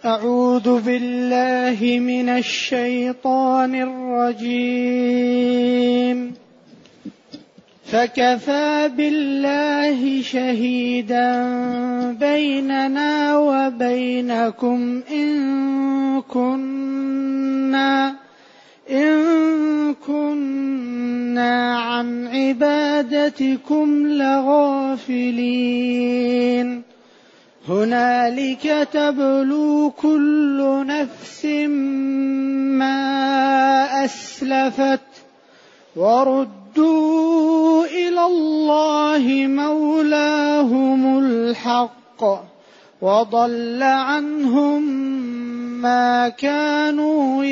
أعوذ بالله من الشيطان الرجيم. فكفى بالله شهيدا بيننا وبينكم إن كنا عن عبادتكم لغافلين. هنالك تبلو كل نفس ما أسلفت وردوا إلى الله مولاهم الحق وضل عنهم ما كانوا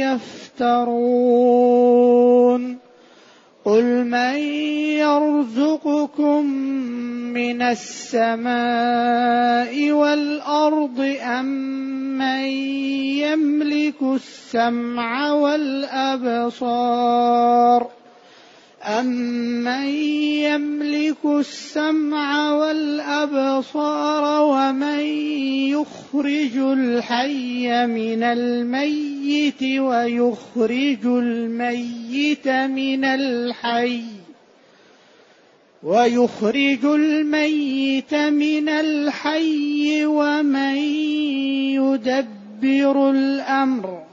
يفترون. قل من يرزقكم من السماء والأرض أم من يملك السمع والأبصار ومن يخرج الحي من الميت ويخرج الميت من الحي ومن يدبر الأمر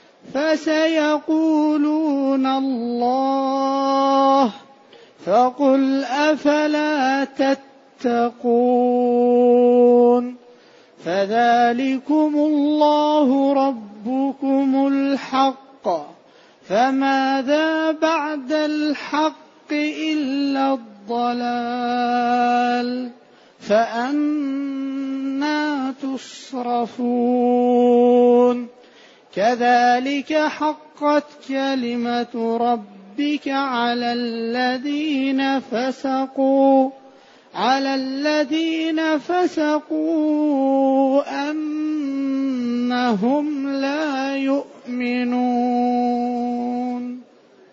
فسيقولون الله فقل أفلا تتقون. فذلكم الله ربكم الحق فماذا بعد الحق إلا الضلال فأنى تصرفون. كذلك حقت كلمة ربك على الذين فسقوا أنهم لا يؤمنون.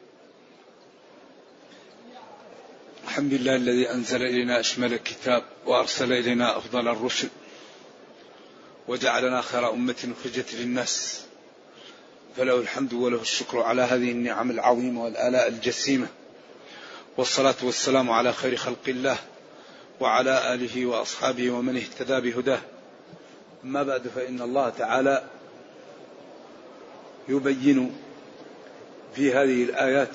الحمد لله الذي أنزل إلينا أشمل الكتاب وأرسل إلينا أفضل الرسل وجعلنا خير أمة أخرجت للناس، فله الحمد وله الشكر على هذه النعم العظيمة والآلاء الجسيمة، والصلاة والسلام على خير خلق الله وعلى آله وأصحابه ومن اهتدى بهداه. أما بعد، فإن الله تعالى يبين في هذه الآيات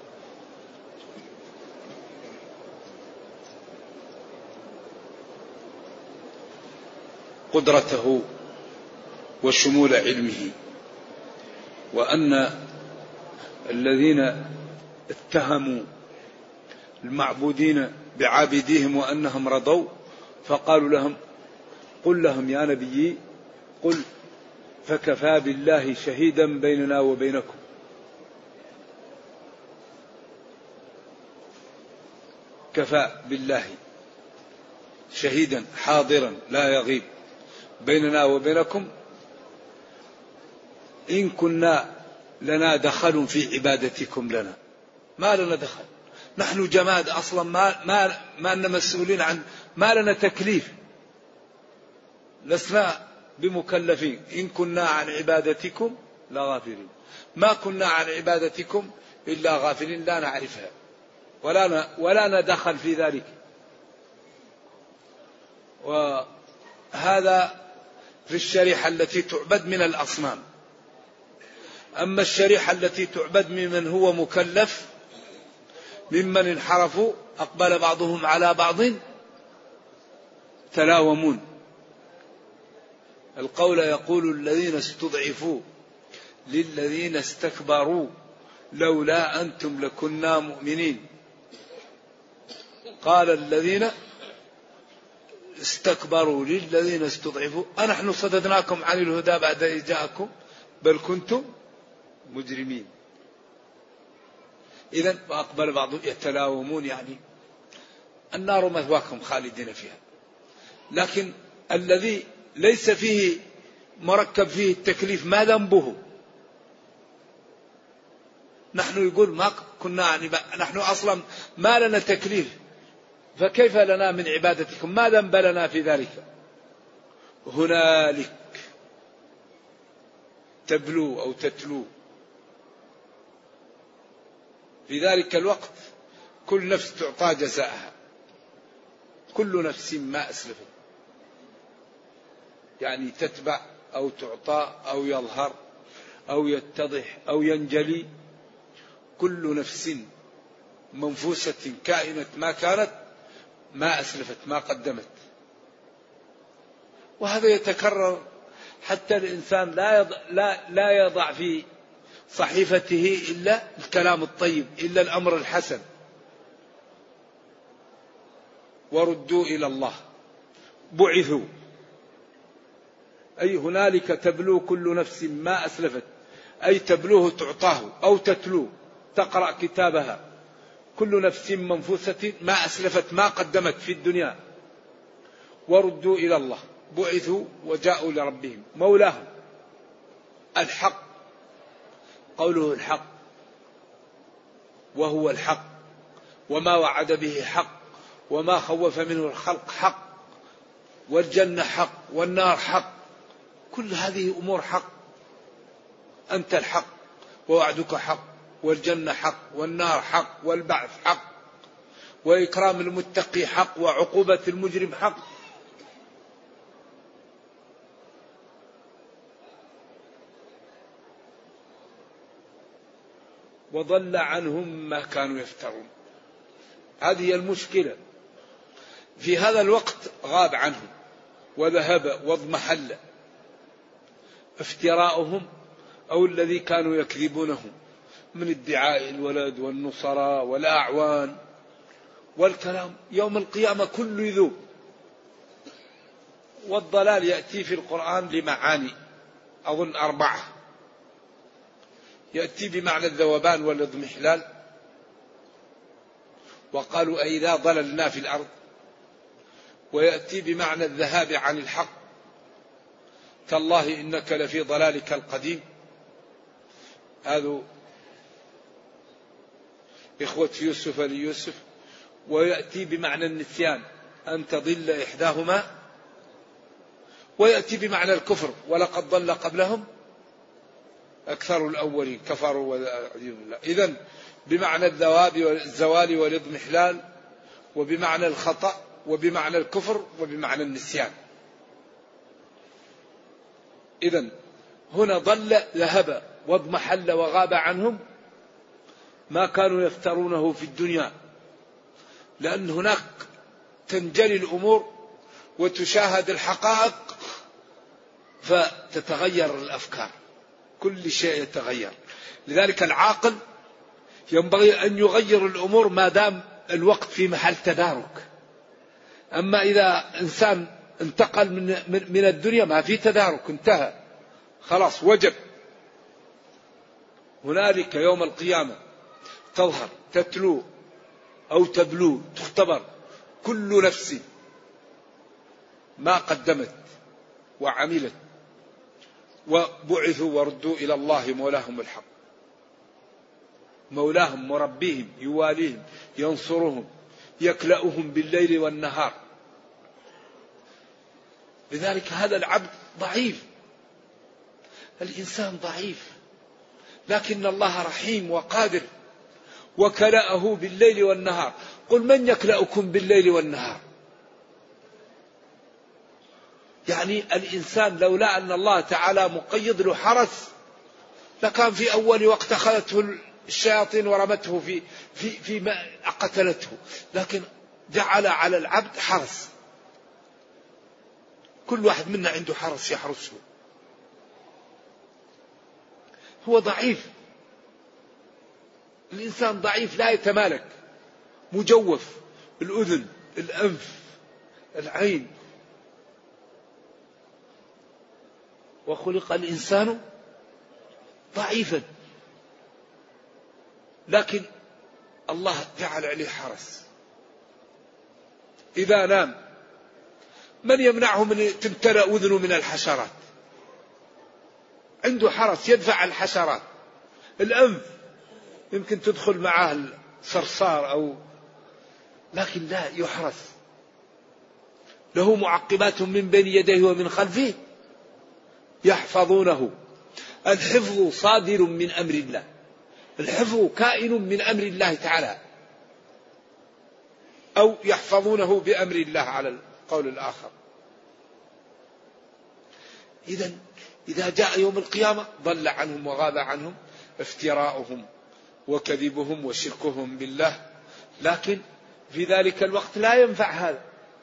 قدرته وشمول علمه، وأن الذين اتهموا المعبودين بعابديهم وأنهم رضوا فقالوا لهم قل لهم يا نبي قل فكفى بالله شهيدا بيننا وبينكم. كفى بالله شهيدا حاضرا لا يغيب بيننا وبينكم إن كنا لنا دخل في عبادتكم لنا. ما لنا دخل، نحن جماد أصلا، ما لنا مسؤولين عن، ما لنا تكليف، لسنا بمكلفين. إن كنا عن عبادتكم لغافلين، ما كنا عن عبادتكم إلا غافلين، لا نعرفها ولا ندخل في ذلك. وهذا في الشريحة التي تعبد من الأصنام. أما الشريحة التي تعبد ممن هو مكلف ممن انحرفوا أقبل بعضهم على بعض تلاومون. القول يقول الذين استضعفوا للذين استكبروا لولا أنتم لكنا مؤمنين. قال الذين استكبروا للذين استضعفوا أنحن صددناكم عن الهدى بعد إذ جاءكم بل كنتم مجرمين. إذن وأقبل بعضهم يتلاومون، يعني النار مثواكم خالدين فيها. لكن الذي ليس فيه مركب فيه التكليف ما ذنبه؟ نحن يقول ما كنا نحن أصلا ما لنا تكليف، فكيف لنا من عبادتكم؟ ما ذنب لنا في ذلك؟ هنالك تبلو أو تتلو. في ذلك الوقت كل نفس تعطى جزاءها، كل نفس ما أسلفت، يعني تتبع أو تعطى أو يظهر أو يتضح أو ينجلي، كل نفس منفوسة كائنة ما كانت ما أسلفت ما قدمت. وهذا يتكرر حتى الإنسان لا يضع في صحيفته إلا الكلام الطيب، إلا الأمر الحسن. وردوا إلى الله بعثوا، أي هنالك تبلو كل نفس ما أسلفت، أي تبلوه تعطاه أو تتلو تقرأ كتابها، كل نفس منفوسة ما أسلفت ما قدمت في الدنيا. وردوا إلى الله بعثوا وجاءوا لربهم مولاهم الحق، قوله الحق وهو الحق، وما وعد به حق، وما خوف منه الخلق حق، والجنة حق والنار حق، كل هذه أمور حق. أنت الحق ووعدك حق، والجنة حق والنار حق، والبعث حق، وإكرام المتقي حق، وعقوبة المجرم حق. وضل عنهم ما كانوا يفترون. هذه المشكلة، في هذا الوقت غاب عنهم وذهب واضمحل افتراؤهم أو الذي كانوا يكذبونه من ادعاء الولد والنصراء والأعوان والكلام. يوم القيامة كل يذوب. والضلال يأتي في القرآن لمعاني أظن 4، يأتي بمعنى الذوبان والاضمحلال، وقالوا أئذا ضللنا في الأرض، ويأتي بمعنى الذهاب عن الحق، تالله إنك لفي ضلالك القديم. هذا إخوة يوسف ليوسف. ويأتي بمعنى النسيان أن تضل إحداهما، ويأتي بمعنى الكفر ولقد ضل قبلهم أكثر الأولين كفروا. إذن بمعنى الذواب والزوال والاضمحلال، وبمعنى الخطأ، وبمعنى الكفر، وبمعنى النسيان. إذن هنا ضل ذهب واضمحل وغاب عنهم ما كانوا يفترونه في الدنيا، لأن هناك تنجلي الأمور وتشاهد الحقائق فتتغير الأفكار، كل شيء يتغير. لذلك العاقل ينبغي أن يغير الأمور ما دام الوقت في محل تدارك. أما إذا إنسان انتقل من الدنيا ما في تدارك، انتهى خلاص وجب. هنالك يوم القيامة تظهر تتلو أو تبلو تختبر كل نفس ما قدمت وعملت. وبعثوا وردوا إلى الله مولاهم الحق، مولاهم مربيهم يواليهم ينصرهم يكلأهم بالليل والنهار. لذلك هذا العبد ضعيف، الإنسان ضعيف، لكن الله رحيم وقادر وكلأه بالليل والنهار. قل من يكلأكم بالليل والنهار؟ يعني الإنسان لولا أن الله تعالى مقيد له حرس لكان في أول وقت أخذته الشياطين ورمته في ما قتلته، لكن جعل على العبد حرس، كل واحد منا عنده حرس يحرسه. هو ضعيف، الإنسان ضعيف لا يتمالك، مجوف، الأذن الأنف العين. وخلق الإنسان ضعيفا، لكن الله جعل عليه حرس. إذا نام من يمنعه من تمتلأ أذنه من الحشرات؟ عنده حرس يدفع الحشرات. الأنف يمكن تدخل معه الصرصار أو، لكن لا يحرس. له معقبات من بين يديه ومن خلفه يحفظونه. الحفظ صادر من أمر الله، الحفظ كائن من أمر الله تعالى، أو يحفظونه بأمر الله على القول الآخر. إذا جاء يوم القيامة ضل عنهم وغاب عنهم افتراؤهم وكذبهم وشركهم بالله، لكن في ذلك الوقت لا ينفع هذا،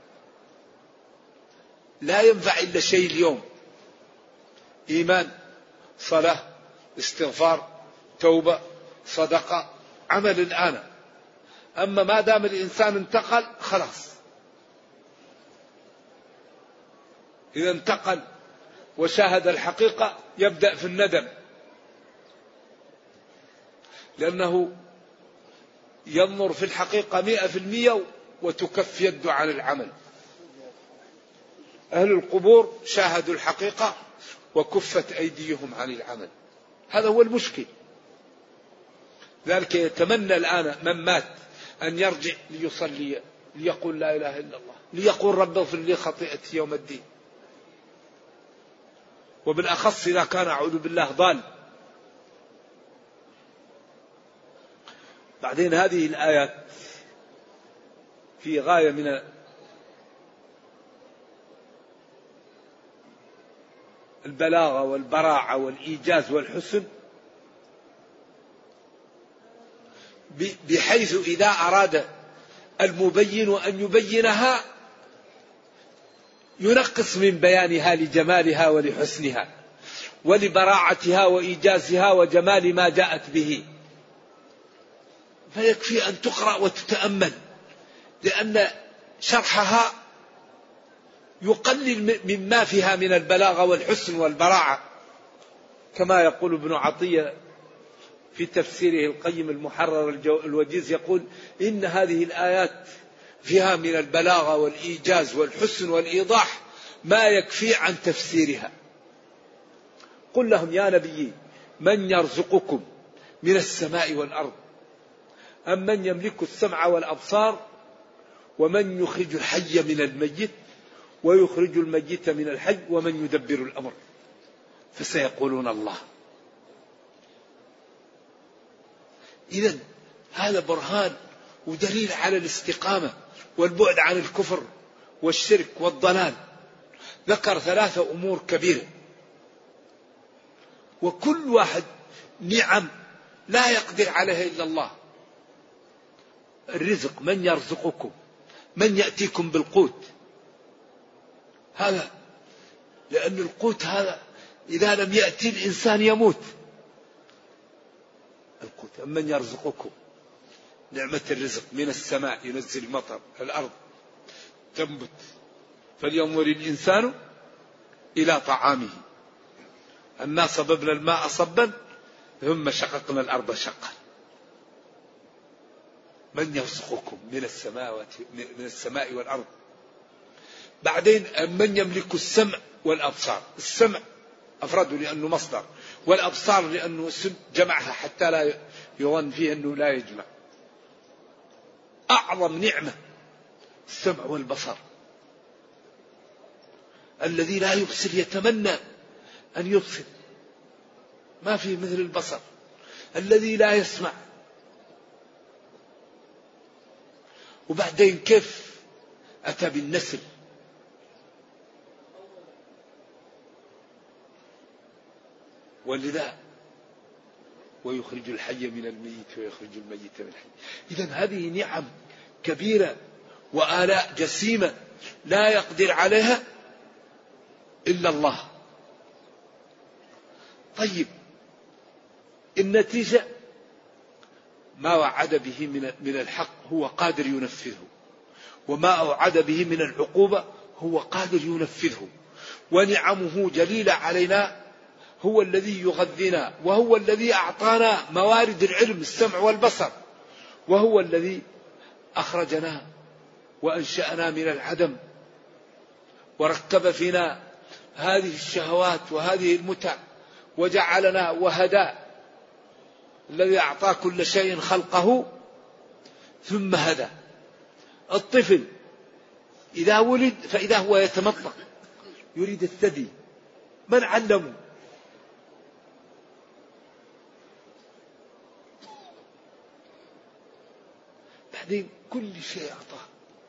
لا ينفع إلا شيء اليوم: إيمان، صلاة، استغفار، توبة، صدقة، عمل الآن. أما ما دام الإنسان انتقل خلاص، إذا انتقل وشاهد الحقيقة يبدأ في الندم، لأنه ينظر في الحقيقة 100% وتكف يده عن العمل. أهل القبور شاهدوا الحقيقة وكفت أيديهم عن العمل، هذا هو المشكل. ذلك يتمنى الآن من مات أن يرجع ليصلي، ليقول لا إله إلا الله، ليقول رب اغفر لي خطيئتي يوم الدين، وبالأخص إذا كان أعوذ بالله ضال. بعدين هذه الآيات في غاية من البلاغة والبراعة والإيجاز والحسن، بحيث إذا أراد المبين أن يبينها ينقص من بيانها لجمالها ولحسنها ولبراعتها وإيجازها وجمال ما جاءت به، فيكفي أن تقرأ وتتأمل، لأن شرحها يقلل مما فيها من البلاغة والحسن والبراعة، كما يقول ابن عطية في تفسيره القيم المحرر الوجيز، يقول إن هذه الآيات فيها من البلاغة والإيجاز والحسن والإيضاح ما يكفي عن تفسيرها. قل لهم يا نبي من يرزقكم من السماء والأرض أم من يملك السمع والأبصار ومن يخرج الحي من الميت ويخرج الميت من الحي ومن يدبر الأمر، فسيقولون الله. إذن هذا برهان ودليل على الاستقامة والبعد عن الكفر والشرك والضلال. ذكر 3 أمور كبيرة، وكل واحد نعم لا يقدر عليها إلا الله. الرزق، من يرزقكم، من يأتيكم بالقوت، هذا لأن القوت هذا إذا لم يأتي الإنسان يموت. القوت من يرزقكم، نعمة الرزق من السماء ينزل المطر، الأرض تنبت، فلينظر الإنسان إلى طعامه، أنا صببنا الماء صبا ثم شققنا الأرض شقا. من يرزقكم من السماء والأرض. بعدين من يملك السمع والأبصار. السمع أفرده لأنه مصدر، والأبصار لأنه اسم جمعها حتى لا يظن فيه أنه لا يجمع. أعظم نعمة السمع والبصر. الذي لا يبصر يتمنى أن يبصر، ما في مثل البصر. الذي لا يسمع. وبعدين كيف أتى بالنسل، ولذا ويخرج الحي من الميت ويخرج الميت من الحي. إذن هذه نعم كبيرة وآلاء جسيمة لا يقدر عليها إلا الله. طيب النتيجة ما وعد به من الحق هو قادر ينفذه، وما أوعد به من العقوبة هو قادر ينفذه. ونعمه جليلة علينا، هو الذي يغذينا، وهو الذي أعطانا موارد العلم السمع والبصر، وهو الذي أخرجنا وأنشأنا من العدم وركب فينا هذه الشهوات وهذه المتع وجعلنا وهدى. الذي أعطى كل شيء خلقه ثم هدى. الطفل إذا ولد فإذا هو يتمطق يريد الثدي، من علمه؟ بعدين كل شيء أعطاه،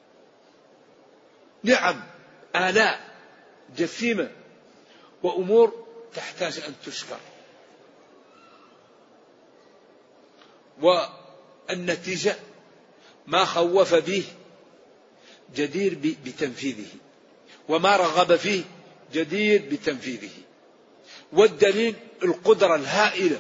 نعم، آلاء جسيمة، وأمور تحتاج أن تشكر. والنتيجة ما خوف به جدير بتنفيذه، وما رغب فيه جدير بتنفيذه. والدليل القدرة الهائلة.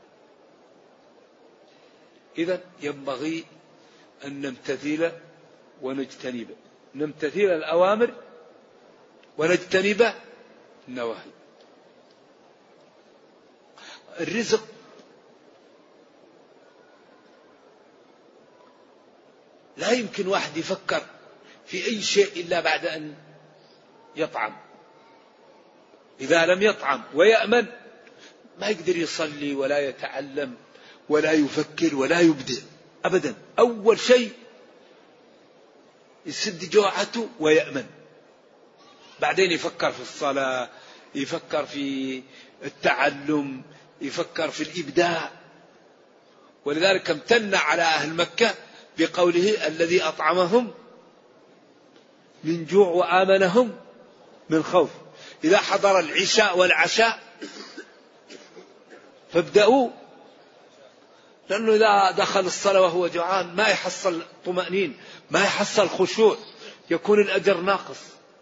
إذن ينبغي أن نمتثل ونجتنب، نمتثل الأوامر ونجتنب النواهي. الرزق لا يمكن واحد يفكر في أي شيء إلا بعد أن يطعم. إذا لم يطعم ويأمن ما يقدر يصلي ولا يتعلم ولا يفكر ولا يبدع أبدا. أول شيء يسد جوعته ويأمن، بعدين يفكر في الصلاة، يفكر في التعلم، يفكر في الإبداع. ولذلك امتن على أهل مكة بقوله الذي أطعمهم من جوع وآمنهم من خوف. إذا حضر العشاء والعشاء فابدأوا، لأنه إذا دخل الصلاة وهو جوعان ما يحصل طمأنين، ما يحصل خشوع، يكون الأجر ناقص.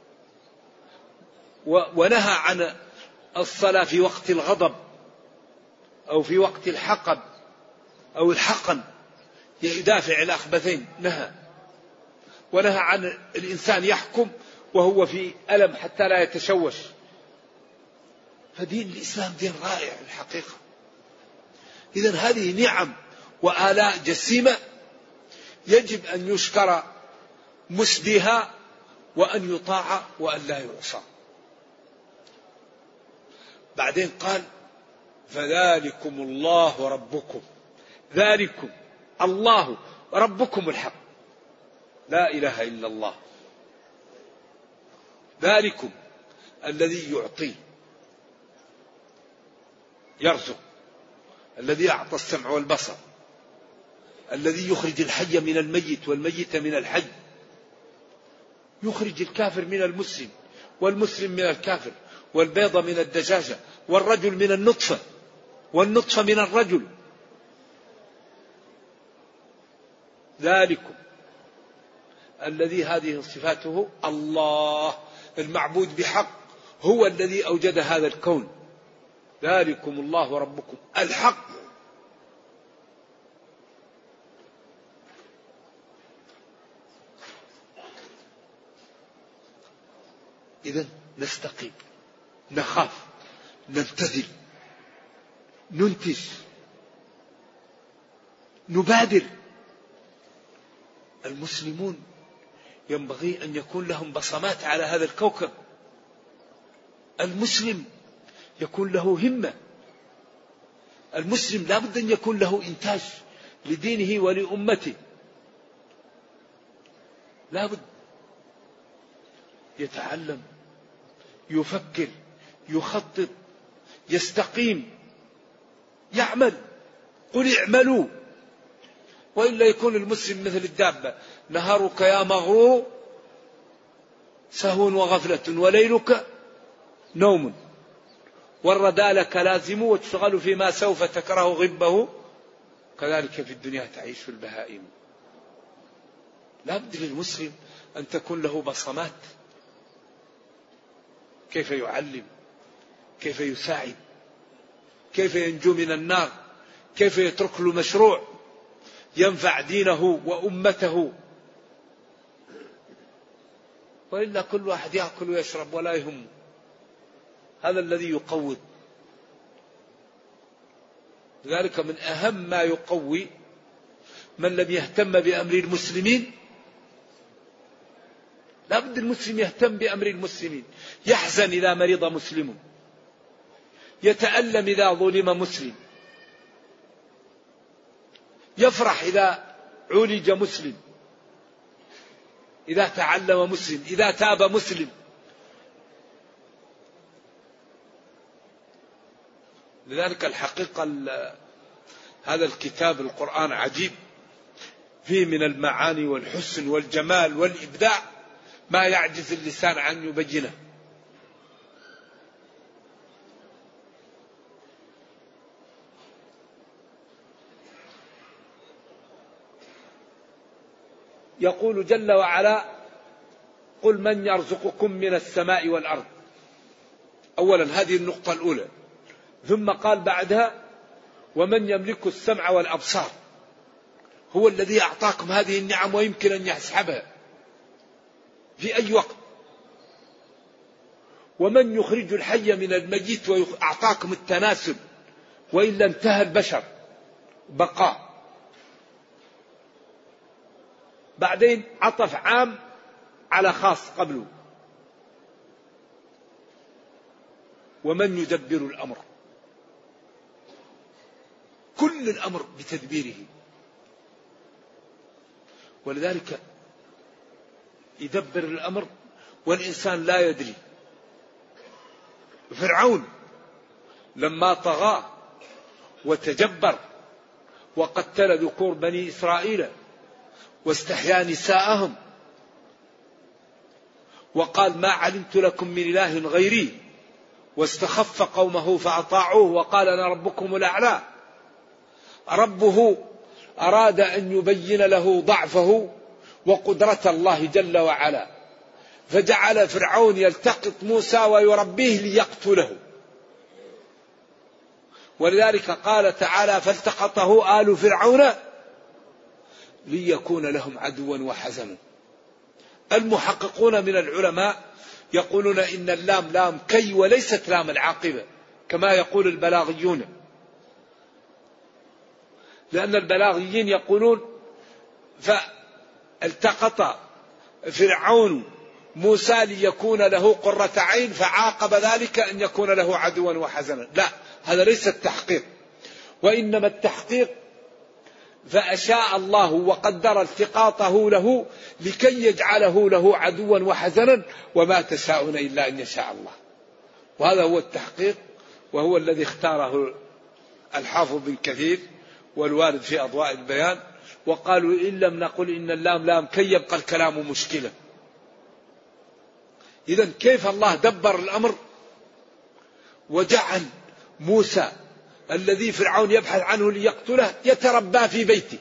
ونهى عن الصلاة في وقت الغضب أو في وقت الحقب أو الحقن يدافع الأخبثين، نهى. ونهى عن الإنسان يحكم وهو في ألم حتى لا يتشوش. فدين الإسلام دين رائع الحقيقة. إذن هذه نعم وآلاء جسيمة يجب أن يشكر مسديها وأن يطاع وأن لا يعصى. بعدين قال فذلكم الله ربكم، ذلكم الله ربكم الحق، لا إله إلا الله. ذلكم الذي يعطي يرزق، الذي أعطى السمع والبصر، الذي يخرج الحي من الميت والميت من الحي، يخرج الكافر من المسلم والمسلم من الكافر، والبيض من الدجاجة، والرجل من النطفة، والنطفة من الرجل. ذلكم الذي هذه صفاته الله المعبود بحق، هو الذي أوجد هذا الكون. ذلكم الله ربكم الحق. إذن نستقيم، نخاف، نبتذل، ننتج، نبادر. المسلمون ينبغي أن يكون لهم بصمات على هذا الكوكب. المسلم يكون له همة. المسلم لا بد أن يكون له إنتاج لدينه ولأمته، لا بد يتعلم، يفكر، يخطط، يستقيم، يعمل. قل اعملوا، وإلا يكون المسلم مثل الدابة، نهارك يا مغرور سهو وغفلة وليلك نوم، والردى لك لازم وتشغل فيما سوف تكره غبه، كذلك في الدنيا تعيش البهائم. لا بد للمسلم أن تكون له بصمات، كيف يعلم، كيف يساعد، كيف ينجو من النار، كيف يترك له مشروع ينفع دينه وأمته. وإلا كل واحد يأكل ويشرب ولا يهم. هذا الذي يقوض. لذلك من أهم ما يقوي من لم يهتم بأمر المسلمين. لا بد المسلم يهتم بأمر المسلمين، يحزن إذا مرض مسلم، يتألم إذا ظلم مسلم، يفرح إذا عولج مسلم، إذا تعلم مسلم، إذا تاب مسلم. لذلك الحقيقة هذا الكتاب القرآن عجيب فيه من المعاني والحسن والجمال والإبداع ما يعجز اللسان عن يبينه. يقول جل وعلا: قل من يرزقكم من السماء والأرض. أولا هذه النقطة الأولى، ثم قال بعدها: ومن يملك السمع والأبصار. هو الذي أعطاكم هذه النعم ويمكن أن يسحبها في أي وقت. ومن يخرج الحي من الميت وأعطاكم التناسل، وإلا انتهى البشر بقاء. بعدين عطف عام على خاص قبله: ومن يدبر الأمر. كل الأمر بتدبيره. ولذلك يدبر الأمر والإنسان لا يدري. فرعون لما طغى وتجبر وقتل ذكور بني إسرائيل واستحيا نساءهم وقال: ما علمت لكم من إله غيري، واستخف قومه فأطاعوه وقال: أنا ربكم الأعلى. ربه أراد أن يبين له ضعفه وقدرة الله جل وعلا، فجعل فرعون يلتقط موسى ويربيه ليقتله. ولذلك قال تعالى: فالتقطه آل فرعون ليكون لهم عدوا وحزنا. المحققون من العلماء يقولون إن اللام لام كي وليست لام العاقبة كما يقول البلاغيون، لأن البلاغيين يقولون: فالتقط فرعون موسى ليكون له قرة عين فعاقب ذلك أن يكون له عدوا وحزنا. لا، هذا ليس التحقيق، وإنما التحقيق فأشاء الله وقدر التقاطه له لكي يجعله له عدوا وحزنا، وما تشاءون إلا أن يشاء الله. وهذا هو التحقيق، وهو الذي اختاره الحافظ بن كثير والوارد في أضواء البيان. وقالوا: إن لم نقل إن اللام لام كي يبقى الكلام مشكلة. إذن كيف الله دبر الأمر وجعل موسى الذي فرعون يبحث عنه ليقتله يتربى في بيته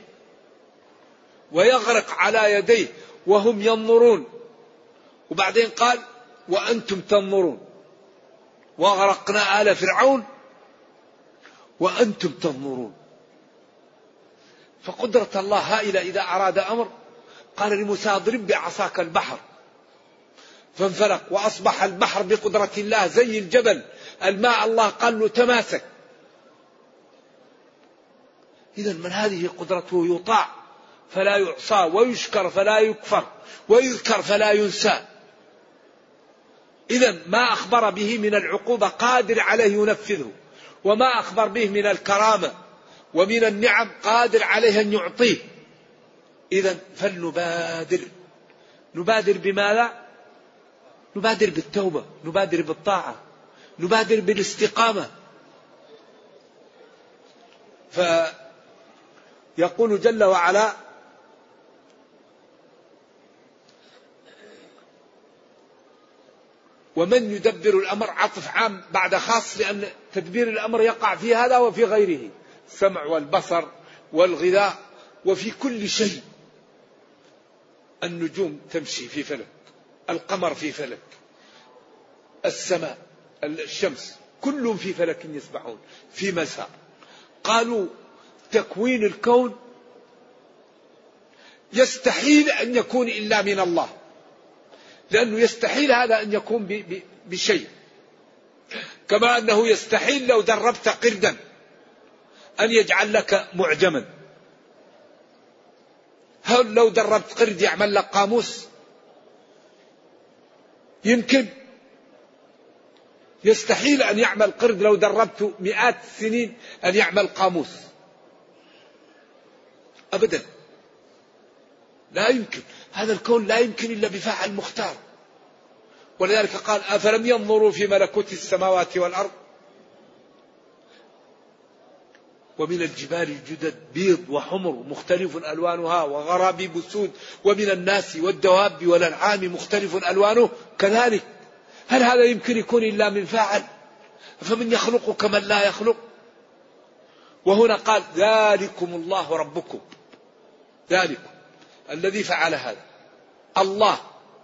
ويغرق على يديه وهم ينظرون. وبعدين قال: وأنتم تنظرون، وغرقنا آل فرعون وأنتم تنظرون. فقدرة الله هائلة. إذا أراد أمر قال لموسى: اضرب بعصاك البحر، فانفلق وأصبح البحر بقدرة الله زي الجبل، الماء الله قال له تماسك. إذا من هذه قدرته يطاع فلا يعصى، ويشكر فلا يكفر، ويذكر فلا ينسى. إذا ما أخبر به من العقوبة قادر عليه ينفذه، وما أخبر به من الكرامة ومن النعم قادر عليه أن يعطيه. إذا فلنبادر. نبادر بماذا؟ نبادر بالتوبة، نبادر بالطاعة، نبادر بالاستقامة. فيقول جل وعلا: ومن يدبر الأمر، عطف عام بعد خاص، لأن تدبير الأمر يقع في هذا وفي غيره، السمع والبصر والغذاء وفي كل شيء. النجوم تمشي في فلك، القمر في فلك، السماء، الشمس، كلهم في فلك يسبحون في مسار. قالوا تكوين الكون يستحيل أن يكون إلا من الله، لأنه يستحيل هذا أن يكون بشيء، كما أنه يستحيل لو دربت قردا أن يجعل لك معجما. هل لو دربت قرد يعمل لك قاموس؟ يمكن. يستحيل أن يعمل قرد لو دربته مئات السنين أن يعمل قاموس أبدا، لا يمكن. هذا الكون لا يمكن إلا بفاعل مختار. ولذلك قال: أفلم ينظروا في ملكوت السماوات والأرض ومن الجبال الجدد بيض وحمر مختلف ألوانها وغرابيب سود ومن الناس والدواب والأنعام مختلف ألوانه كذلك. هل هذا يمكن يكون إلا من فاعل؟ فمن يخلق كمن لا يخلق. وهنا قال ذلكم الله ربكم، ذلكم الذي فعل هذا الله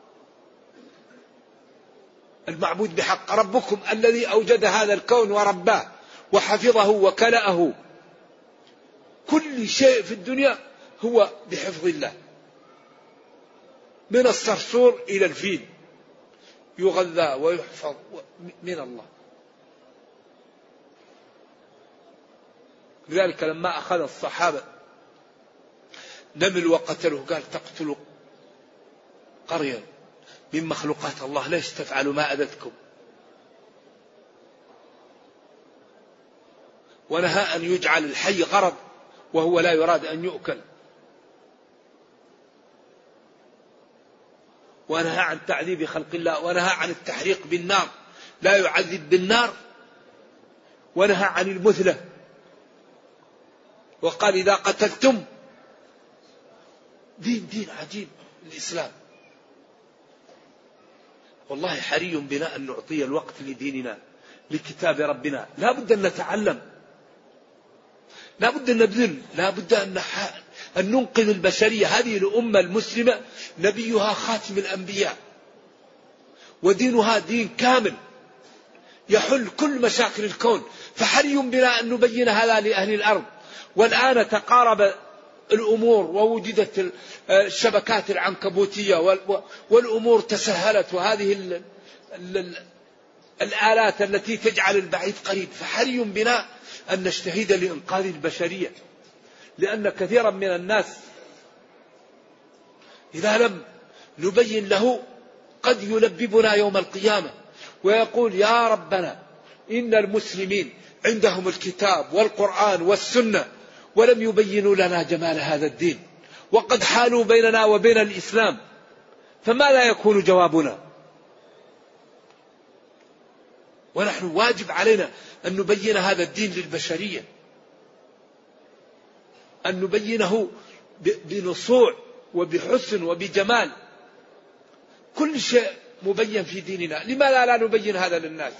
المعبود بحق، ربكم الذي أوجد هذا الكون ورباه وحفظه وكلأه. كل شيء في الدنيا هو بحفظ الله، من الصرصور إلى الفيل يغذى ويحفظ من الله. لذلك لما أخذ الصحابة نمل وقتله قال تقتلوا قرية من مخلوقات الله ليش تفعلوا ما أذتكم؟ ونهى أن يجعل الحي غرض وهو لا يراد أن يؤكل، ونهى عن تعذيب خلق الله، ونهى عن التحريق بالنار لا يعذب بالنار، ونهى عن المثلة، وقال إذا قتلتم. دين عجيب الإسلام. والله حري بنا أن نعطي الوقت لديننا لكتاب ربنا. لا بد أن نتعلم، لا بد أن نبذل، لا بد أن ننقذ البشرية. هذه الأمة المسلمة نبيها خاتم الأنبياء ودينها دين كامل يحل كل مشاكل الكون، فحري بنا أن نبين هذا لأهل الأرض. والآن تقارب الأمور ووجدت الشبكات العنكبوتية والأمور تسهلت، وهذه الآلات التي تجعل البعيد قريب. فحري بنا أن نجتهد لإنقاذ البشرية، لأن كثيرا من الناس إذا لم نبين له قد يلببنا يوم القيامة ويقول يا ربنا إن المسلمين عندهم الكتاب والقرآن والسنة ولم يبينوا لنا جمال هذا الدين، وقد حالوا بيننا وبين الإسلام، فما لا يكون جوابنا؟ ونحن واجب علينا أن نبين هذا الدين للبشرية، أن نبينه بنصوع وبحسن وبجمال. كل شيء مبين في ديننا، لماذا لا نبين هذا للناس؟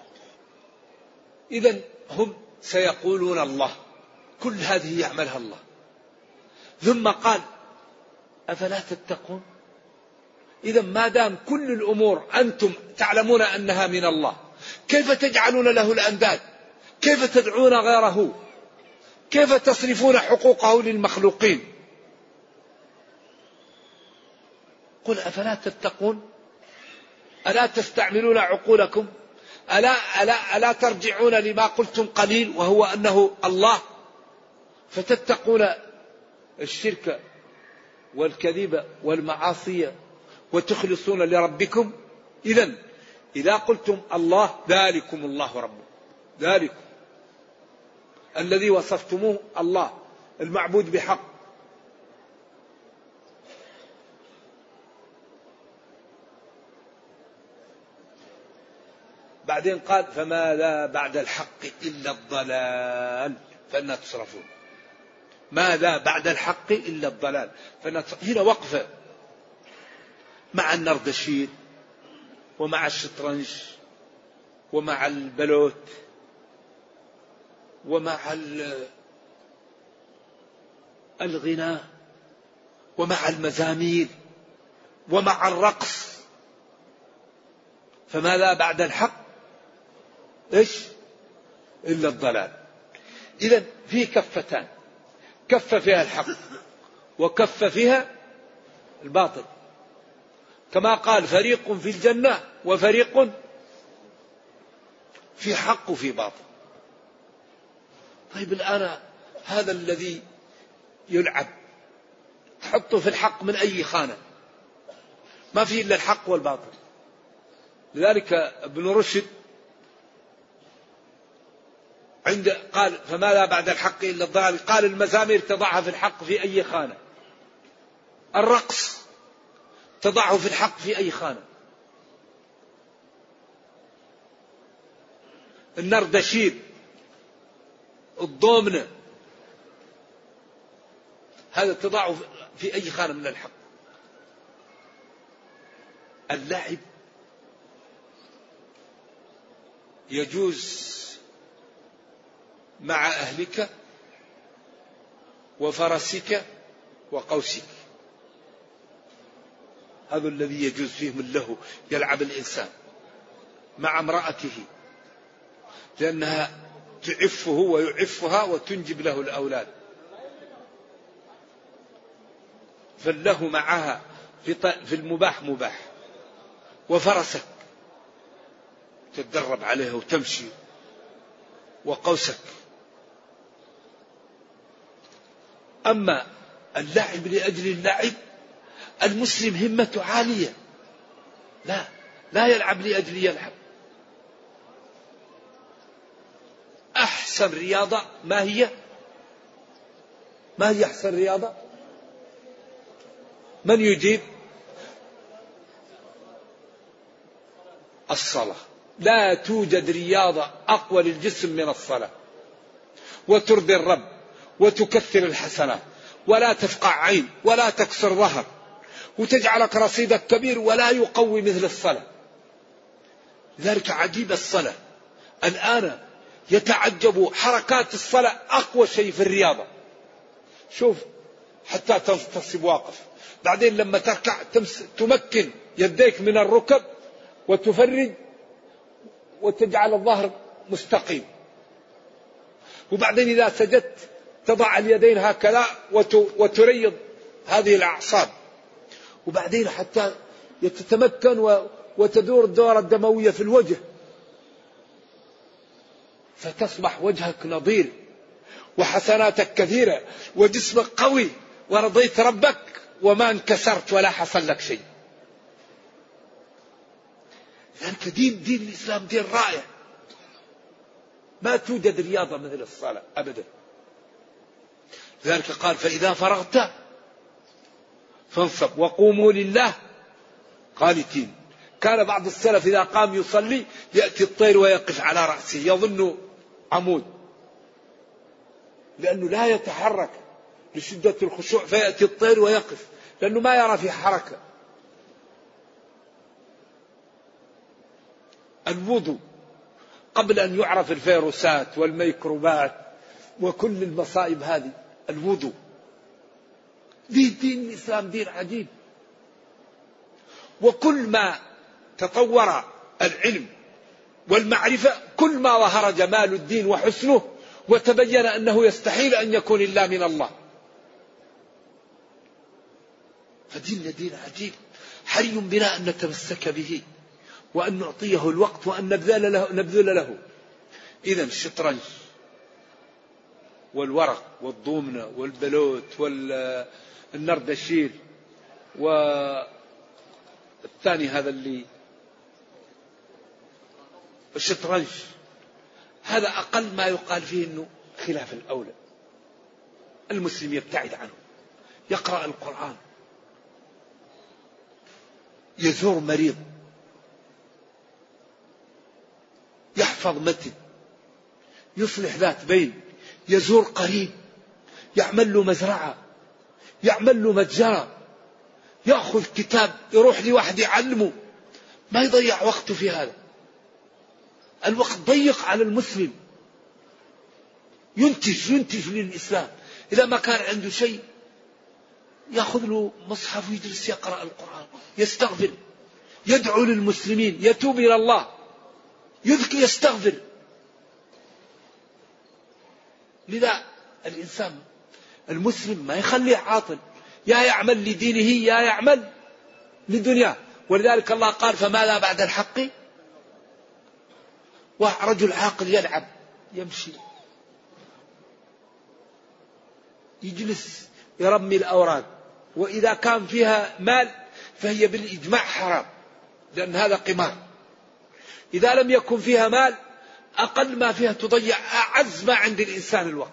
إذن هم سيقولون الله، كل هذه يعملها الله. ثم قال أفلا تتقون؟ إذا ما دام كل الأمور أنتم تعلمون أنها من الله، كيف تجعلون له الأنداد؟ كيف تدعون غيره؟ كيف تصرفون حقوقه للمخلوقين؟ قل أفلا تتقون؟ ألا تستعملون عقولكم؟ ألا ترجعون لما قلتم قليل وهو أنه الله، فتتقون الشرك والكذب والمعاصي وتخلصون لربكم؟ إذن إذا قلتم الله ذلكم الله ربكم، ذلكم الذي وصفتموه الله المعبود بحق. بعدين قال فماذا بعد الحق إلا الضلال فأنا تصرفون. ماذا بعد الحق إلا الضلال هنا وقفة مع النردشير ومع الشطرنج ومع البلوت ومع الغناء ومع المزامير ومع الرقص. فماذا بعد الحق إيش إلا الضلال. إذن في كفتان، كفة فيها الحق وكفة فيها الباطل، كما قال فريق في الجنة وفريق في حق وفي باطل. طيب الآن هذا الذي يلعب تحطه في الحق من أي خانة؟ ما في إلا الحق والباطل. لذلك ابن رشد قال فماذا بعد الحق إلا الضلال، قال المزامير تضعها في الحق في أي خانة، الرقص تضعه في الحق في أي خانة، النردشير الضومنة هذا تضعه في أي خانة من الحق. اللعب يجوز مع أهلك وفرسك وقوسك، هذا الذي يجوز فيه من له يلعب الإنسان مع امرأته، لأنها تعفه ويعفها وتنجب له الأولاد، فله معها في المباح مباح. وفرسك تتدرب عليها وتمشي، وقوسك. أما اللعب لأجل اللعب، المسلم همته عالية، لا يلعب لأجل يلعب. أحسن رياضة ما هي أحسن رياضة؟ من يجيب؟ الصلاة. لا توجد رياضة أقوى للجسم من الصلاة، وترضي الرب وتكثر الحسنات، ولا تفقع عين ولا تكسر ظهر، وتجعلك رصيدك كبير، ولا يقوي مثل الصلاة. لذلك عجيب الصلاة. الآن يتعجب حركات الصلاة أقوى شيء في الرياضة. شوف حتى تنتصب واقف، بعدين لما تركع تمكن يديك من الركب وتفرج وتجعل الظهر مستقيم، وبعدين إذا سجدت تضع اليدين هكذا وتريض هذه الأعصاب، وبعدين حتى يتتمكن وتدور الدورة الدموية في الوجه، فتصبح وجهك نظير وحسناتك كثيرة وجسمك قوي، ورضيت ربك وما انكسرت ولا حصل لك شيء. لأنك دين الإسلام دين رائع، ما توجد رياضة مثل الصلاة أبدا. لذلك قال فإذا فرغت فانصب وقوموا لله قانتين. كان بعض السلف إذا قام يصلي يأتي الطير ويقف على رأسه يظن عمود، لأنه لا يتحرك لشدة الخشوع، فيأتي الطير ويقف لأنه ما يرى في حركة. الوضوء قبل أن يعرف الفيروسات والميكروبات وكل المصائب هذه، الوضوء. دين الإسلام دين عجيب. وكل ما تطور العلم والمعرفة كل ما ظهر جمال الدين وحسنه، وتبين أنه يستحيل أن يكون إلا من الله. فدين دين عجيب، حري بنا أن نتمسك به وأن نعطيه الوقت وأن نبذل له. إذا الشطرنج والورق والضومنة والبلوت والنردشير والثاني هذا اللي الشطرنج، هذا أقل ما يقال فيه أنه خلاف الأولى. المسلم يبتعد عنه، يقرأ القرآن، يزور مريض، يحفظ متن، يصلح ذات بين، يزور قريب، يعمل له مزرعة، يعمل له متجرة، يأخذ كتاب يروح لواحد يعلمه، ما يضيع وقته في هذا. الوقت ضيق على المسلم، ينتج للإسلام. إذا ما كان عنده شيء يأخذ له مصحف ويجلس يقرأ القرآن، يستغفر، يدعو للمسلمين، يتوب إلى الله، يذكر، يستغفر. لذا الإنسان المسلم ما يخليه عاطل، يا يعمل لدينه يا يعمل لدنياه. ولذلك الله قال فماذا بعد الحق؟ ورجل عاقل يلعب، يمشي، يجلس يرمي الأوراق، وإذا كان فيها مال فهي بالإجماع حرام، لأن هذا قمار. إذا لم يكن فيها مال أقل ما فيها تضيع أعز ما عند الإنسان الوقت.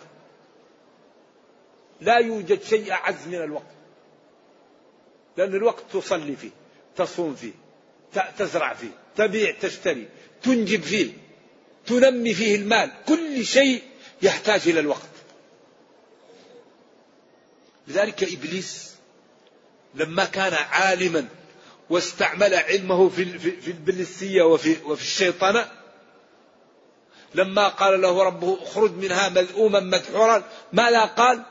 لا يوجد شيء أعز من الوقت، لأن الوقت تصلي فيه، تصوم فيه، تزرع فيه، تبيع تشتري، تنجب فيه، تنمي فيه المال، كل شيء يحتاج إلى الوقت. لذلك إبليس لما كان عالما واستعمل علمه في البلسية وفي الشيطنة، لما قال له ربه اخرج منها مذءوما مدحورا، ماذا قال؟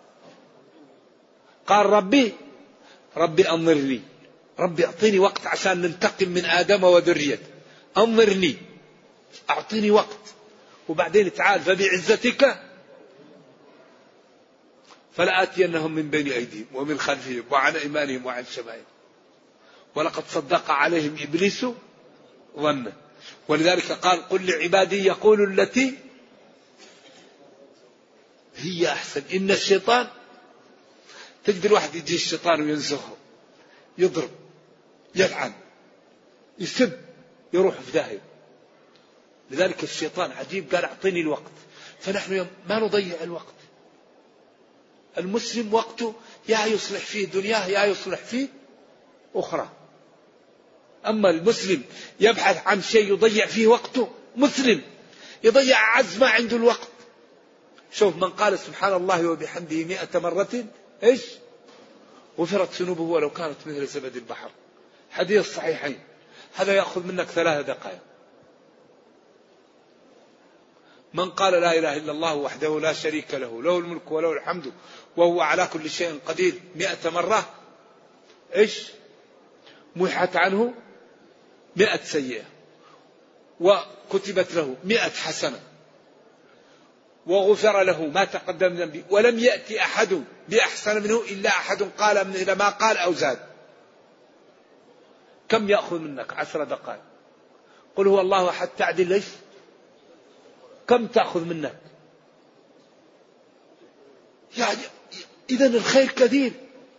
قال ربي أنظرني، ربي أعطيني وقت عشان ننتقم من آدم وذريته، أنظرني أعطيني وقت، وبعدين تعال فبعزتك فلآتينهم من بين أيديهم ومن خلفهم وعن أيمانهم وعن شمائلهم ولقد صدق عليهم إبليس ظنه. ولذلك قال قل لعبادي يقولوا التي هي أحسن إن الشيطان، تجد الواحد يجي الشيطان وينزخه، يضرب، يلعن، يسب، يروح في داهية. لذلك الشيطان عجيب، قال أعطيني الوقت. فنحن ما نضيع الوقت. المسلم وقته يا يصلح فيه دنياه يا يصلح فيه أخرى. أما المسلم يبحث عن شيء يضيع فيه وقته، مسلم يضيع أعز ما عنده الوقت. شوف من قال سبحان الله وبحمده 100 مرة إيش؟ غفرت ذنوبه ولو كانت مثل زبد البحر. حديث صحيحين. هذا يأخذ منك 3 دقائق. من قال لا إله إلا الله وحده لا شريك له له الملك وله الحمد وهو على كل شيء قدير 100 مرة إيش؟ محت عنه 100 سيئة وكتبت له 100 حسنة وغفر له ما تقدم من ذنبه ولم يأتي أحد بأحسن منه إلا أحد قال مثل ما قال أو زاد. كم يأخذ منك؟ 10 دقائق. قل هو الله أحد تعدل ليش؟ كم تأخذ منك؟ يعني إذن الخير كثير.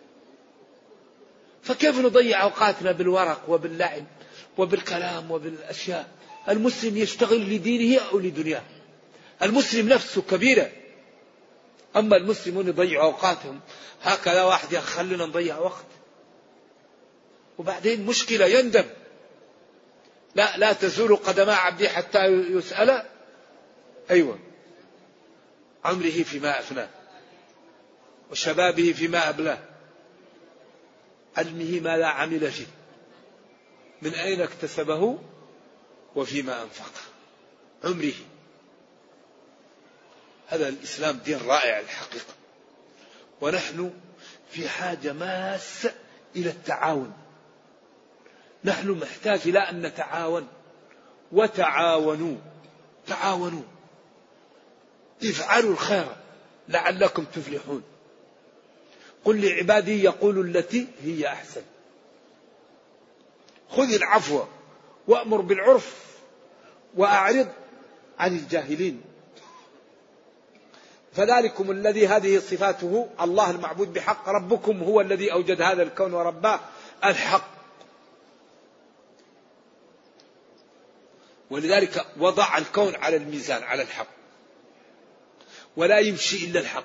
فكيف نضيع أوقاتنا بالورق وباللعب وبالكلام وبالأشياء؟ المسلم يشتغل لدينه أو لدنياه. المسلم نفسه كبيرة. أما المسلمون يضيعوا أوقاتهم هكذا، واحد يخلينا نضيع وقت وبعدين مشكلة يندم. لا تزول قدما عبدي حتى يسأل أيوة عمره فيما أفناه وشبابه فيما أبلاه علمه ما لا عمل فيه من أين اكتسبه وفيما أنفقه عمره. هذا الإسلام دين رائع الحقيقة. ونحن في حاجة ماسة إلى التعاون. نحن محتاج إلى أن نتعاون. وتعاونوا، تعاونوا، افعلوا الخير لعلكم تفلحون. قل لعبادي يقولوا التي هي أحسن. خذ العفو وأمر بالعرف وأعرض عن الجاهلين. فذلكم الذي هذه صفاته الله المعبود بحق، ربكم هو الذي أوجد هذا الكون ورباه الحق. ولذلك وضع الكون على الميزان على الحق، ولا يمشي إلا الحق.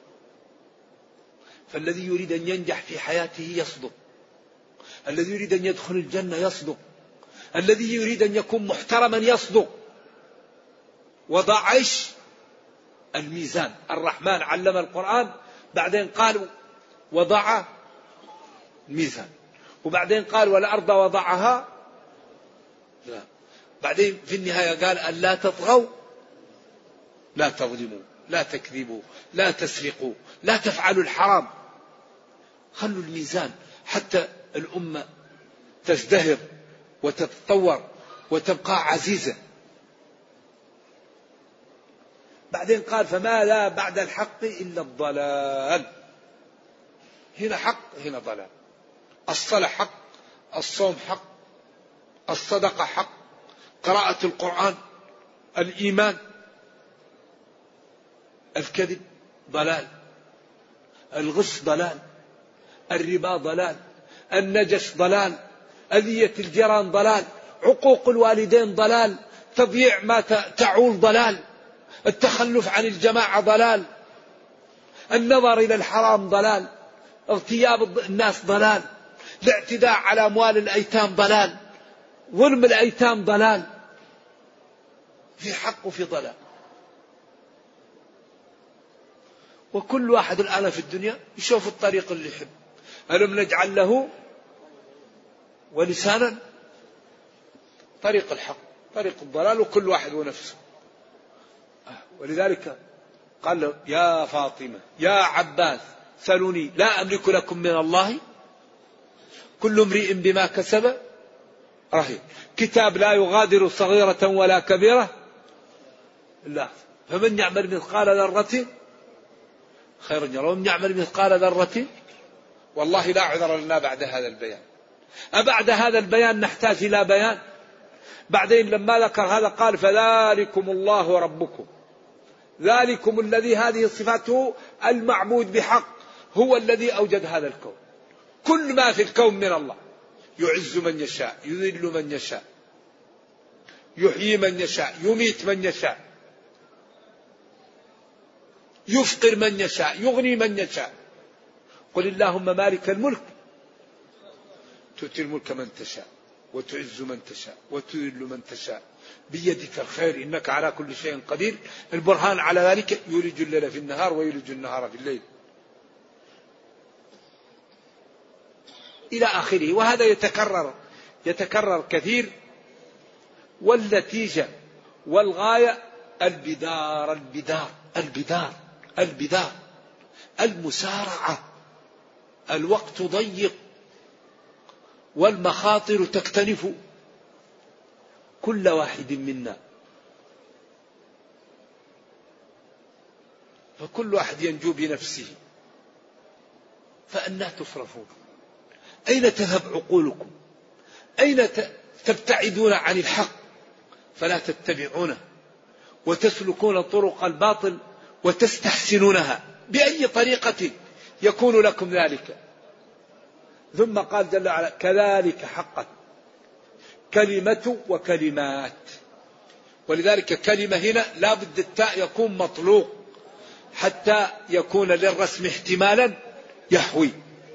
فالذي يريد أن ينجح في حياته يصدق، الذي يريد أن يدخل الجنة يصدق، الذي يريد أن يكون محترما يصدق. وضع ايش؟ الميزان. الرحمن علم القرآن، بعدين قال وضع الميزان، وبعدين قال والأرض وضعها، لا، بعدين في النهاية قال ألا تطغوا لا تظلموا لا تكذبوا لا تسرقوا لا تفعلوا الحرام. خلوا الميزان حتى الأمة تزدهر وتتطور وتبقى عزيزة. بعدين قال فما لا بعد الحق إلا الضلال. هنا حق هنا ضلال. الصلاة حق، الصوم حق، الصدقة حق، قراءة القرآن، الإيمان. الكذب ضلال، الغش ضلال، الربا ضلال، النجش ضلال، أذية الجيران ضلال، عقوق الوالدين ضلال، تضييع ما تعول ضلال، التخلف عن الجماعة ضلال، النظر إلى الحرام ضلال، اغتياب الناس ضلال، الاعتداء على أموال الأيتام ضلال، ظلم الأيتام ضلال. في حق وفي ضلال. وكل واحد الآن في الدنيا يشوف الطريق اللي يحب. ألم نجعل له ولسانا، طريق الحق طريق الضلال، وكل واحد ونفسه. ولذلك قال له يا فاطمة يا عباس سلوني لا أملك لكم من الله، كل امرئ بما كسب رهين، كتاب لا يغادر صغيرة ولا كبيرة لا، فمن يعمل مثقال ذرة خيرا يره ومن يعمل مثقال ذرة. والله لا عذر لنا بعد هذا البيان. أبعد هذا البيان نحتاج إلى بيان؟ بعدين لما ذكر هذا قال فذلكم الله ربكم، ذلكم الذي هذه صفاته المعبود بحق، هو الذي أوجد هذا الكون. كل ما في الكون من الله، يعز من يشاء يذل من يشاء، يحيي من يشاء يميت من يشاء، يفقر من يشاء يغني من يشاء. قل اللهم مالك الملك تؤتي الملك من تشاء وتعز من تشاء وتذل من تشاء بيدك الخير إنك على كل شيء قدير. البرهان على ذلك يولج الليل في النهار ويولج النهار في الليل إلى آخره. وهذا يتكرر كثير. والنتيجة والغاية البدار المسارعة. الوقت ضيق والمخاطر تكتنف كل واحد منا، فكل واحد ينجو بنفسه. فأنا تصرفون؟ أين تذهب عقولكم؟ أين تبتعدون عن الحق فلا تتبعونه وتسلكون طرق الباطل وتستحسنونها؟ بأي طريقة يكون لكم ذلك؟ ثم قال جل وعلا كذلك حقت كلمة وكلمات. ولذلك كلمة هنا لا بد التاء يكون مطلوق حتى يكون للرسم احتمالا يحوي،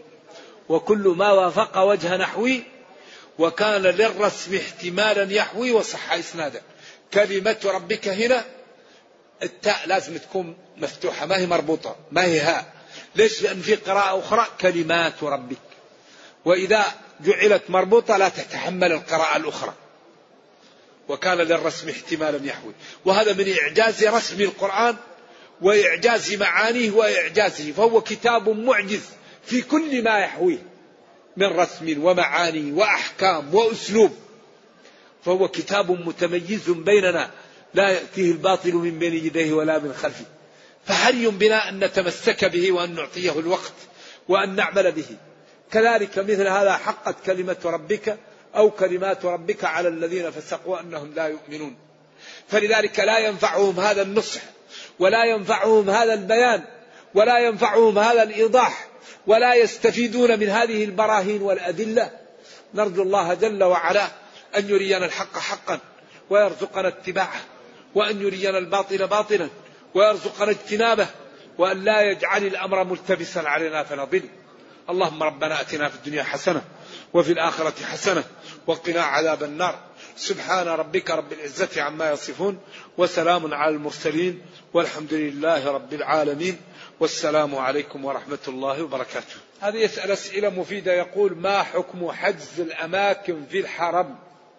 وكل ما وافق وجه نحوي وكان للرسم احتمالا يحوي وصح إسنادا. كلمة ربك هنا التاء لازم تكون مفتوحة ما هي مربوطة ما هي هاء. ليش؟ لأن في قراءة أخرى كلمات ربك، وإذا جعلت مربوطة لا تتحمل القراءة الأخرى، وكان للرسم احتمالا يحوي. وهذا من إعجاز رسم القرآن وإعجاز معانيه وإعجازه، فهو كتاب معجز في كل ما يحويه من رسم ومعاني وأحكام وأسلوب. فهو كتاب متميز بيننا لا يأتيه الباطل من بين يديه ولا من خلفه. فحري بنا أن نتمسك به وأن نعطيه الوقت وأن نعمل به. كذلك مثل هذا حقت كلمة ربك أو كلمات ربك على الذين فسقوا أنهم لا يؤمنون. فلذلك لا ينفعهم هذا النصح ولا ينفعهم هذا البيان ولا ينفعهم هذا الإيضاح ولا يستفيدون من هذه البراهين والأدلة. نرجو الله جل وعلا أن يرينا الحق حقا ويرزقنا اتباعه، وأن يرينا الباطل باطلا ويرزقنا اجتنابه، وأن لا يجعل الأمر ملتبسا علينا فنضل. اللهم ربنا أتنا في الدنيا حسنة وفي الآخرة حسنة وقنا عذاب النار. سبحان ربك رب العزة عما يصفون وسلام على المرسلين والحمد لله رب العالمين والسلام عليكم ورحمة الله وبركاته. هذا يسأل أسئلة مفيدة، يقول ما حكم حجز الأماكن في الحرم؟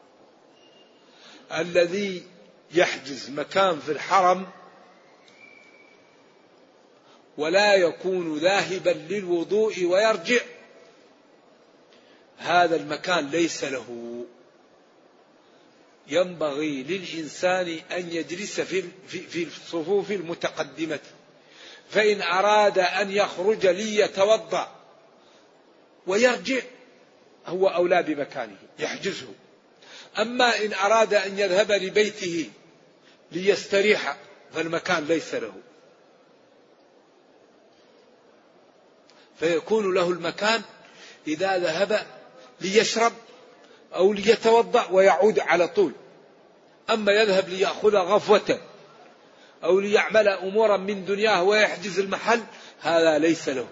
الذي يحجز مكان في الحرم ولا يكون ذاهبا للوضوء ويرجع، هذا المكان ليس له. ينبغي للإنسان أن يجلس في الصفوف المتقدمة، فإن أراد أن يخرج ليتوضأ ويرجع هو أولى بمكانه يحجزه. أما إن أراد أن يذهب لبيته ليستريح فالمكان ليس له، فيكون له المكان إذا ذهب ليشرب أو ليتوضأ ويعود على طول. أما يذهب ليأخذ غفوة أو ليعمل أمورا من دنياه ويحجز المحل، هذا ليس له.